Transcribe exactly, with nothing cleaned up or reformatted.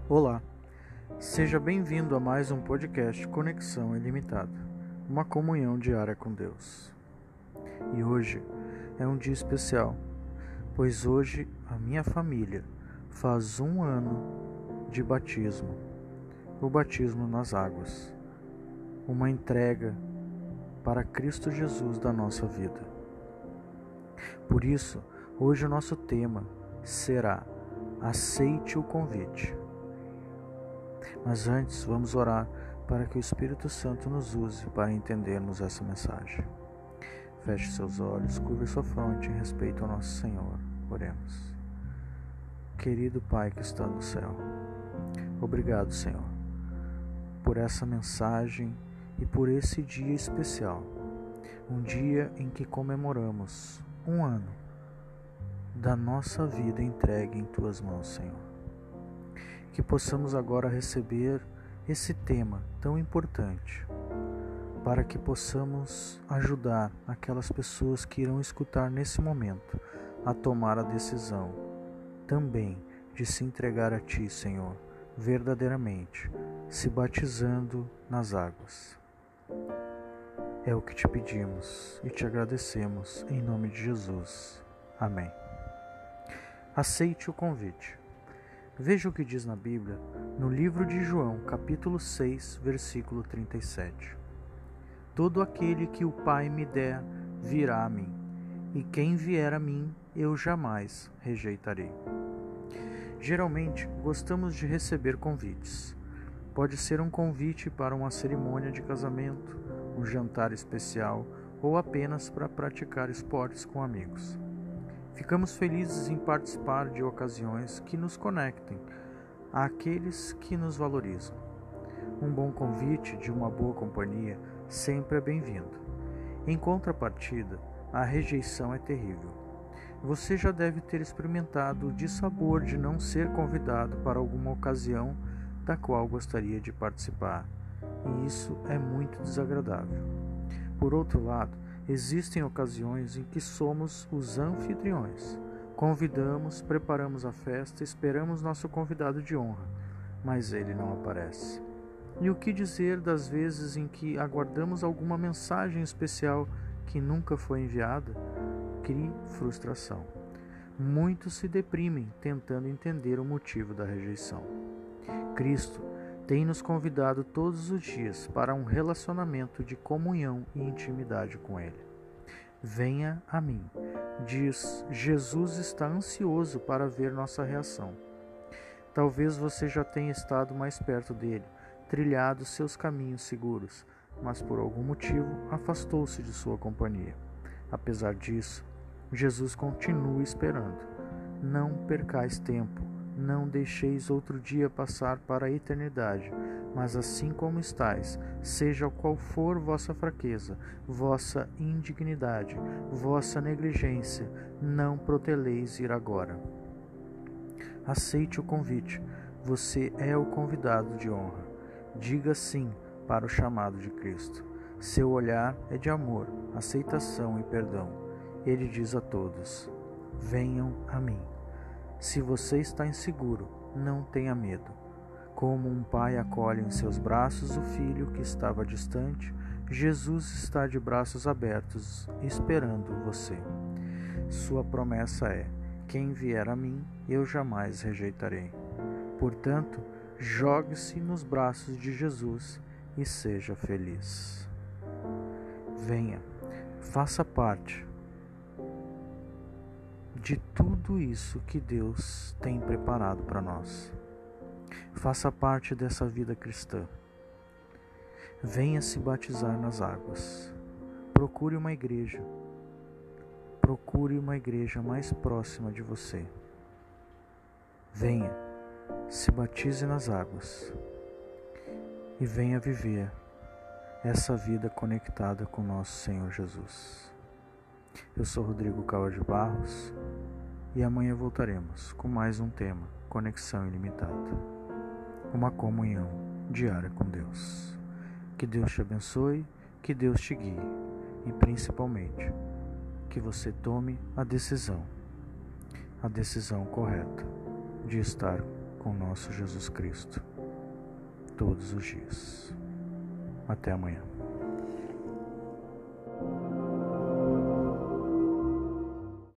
Olá, seja bem-vindo a mais um podcast Conexão Ilimitada, uma comunhão diária com Deus. E hoje é um dia especial, pois hoje a minha família faz um ano de batismo, o batismo nas águas, uma entrega para Cristo Jesus da nossa vida. Por isso, hoje o nosso tema será Aceite o convite. Mas antes, vamos orar para que o Espírito Santo nos use para entendermos essa mensagem. Feche seus olhos, curve sua fronte em respeito ao nosso Senhor. Oremos. Querido Pai que está no céu, obrigado, Senhor, por essa mensagem e por esse dia especial, um dia em que comemoramos um ano da nossa vida entregue em Tuas mãos, Senhor. Que possamos agora receber esse tema tão importante, para que possamos ajudar aquelas pessoas que irão escutar nesse momento a tomar a decisão também de se entregar a Ti, Senhor, verdadeiramente, se batizando nas águas. É o que te pedimos e te agradecemos em nome de Jesus. Amém. Aceite o convite. Veja o que diz na Bíblia, no livro de João, capítulo seis, versículo trinta e sete. Todo aquele que o Pai me der, virá a mim, e quem vier a mim, eu jamais rejeitarei. Geralmente, gostamos de receber convites. Pode ser um convite para uma cerimônia de casamento, um jantar especial ou apenas para praticar esportes com amigos. Ficamos felizes em participar de ocasiões que nos conectem àqueles que nos valorizam. Um bom convite de uma boa companhia sempre é bem-vindo. Em contrapartida, a rejeição é terrível. Você já deve ter experimentado o dissabor de não ser convidado para alguma ocasião da qual gostaria de participar, e isso é muito desagradável. Por outro lado, existem ocasiões em que somos os anfitriões. Convidamos, preparamos a festa, esperamos nosso convidado de honra, mas ele não aparece. E o que dizer das vezes em que aguardamos alguma mensagem especial que nunca foi enviada? Cria frustração. Muitos se deprimem tentando entender o motivo da rejeição. Cristo tem nos convidado todos os dias para um relacionamento de comunhão e intimidade com Ele. Venha a mim, diz Jesus, está ansioso para ver nossa reação. Talvez você já tenha estado mais perto dele, trilhado seus caminhos seguros, mas por algum motivo afastou-se de sua companhia. Apesar disso, Jesus continua esperando. Não percais tempo. Não deixeis outro dia passar para a eternidade, mas assim como estáis, seja qual for vossa fraqueza, vossa indignidade, vossa negligência, não proteleis ir agora. Aceite o convite, você é o convidado de honra. Diga sim para o chamado de Cristo. Seu olhar é de amor, aceitação e perdão. Ele diz a todos: venham a mim. Se você está inseguro, não tenha medo. Como um pai acolhe em seus braços o filho que estava distante, Jesus está de braços abertos, esperando você. Sua promessa é: quem vier a mim, eu jamais rejeitarei. Portanto, jogue-se nos braços de Jesus e seja feliz. Venha, faça parte de tudo isso que Deus tem preparado para nós. Faça parte dessa vida cristã. Venha se batizar nas águas. Procure uma igreja. Procure uma igreja mais próxima de você. Venha, se batize nas águas e venha viver essa vida conectada com nosso Senhor Jesus. Eu sou Rodrigo Caio de Barros e amanhã voltaremos com mais um tema, Conexão Ilimitada, uma comunhão diária com Deus. Que Deus te abençoe, que Deus te guie e principalmente que você tome a decisão, a decisão correta de estar com nosso Jesus Cristo, todos os dias. Até amanhã.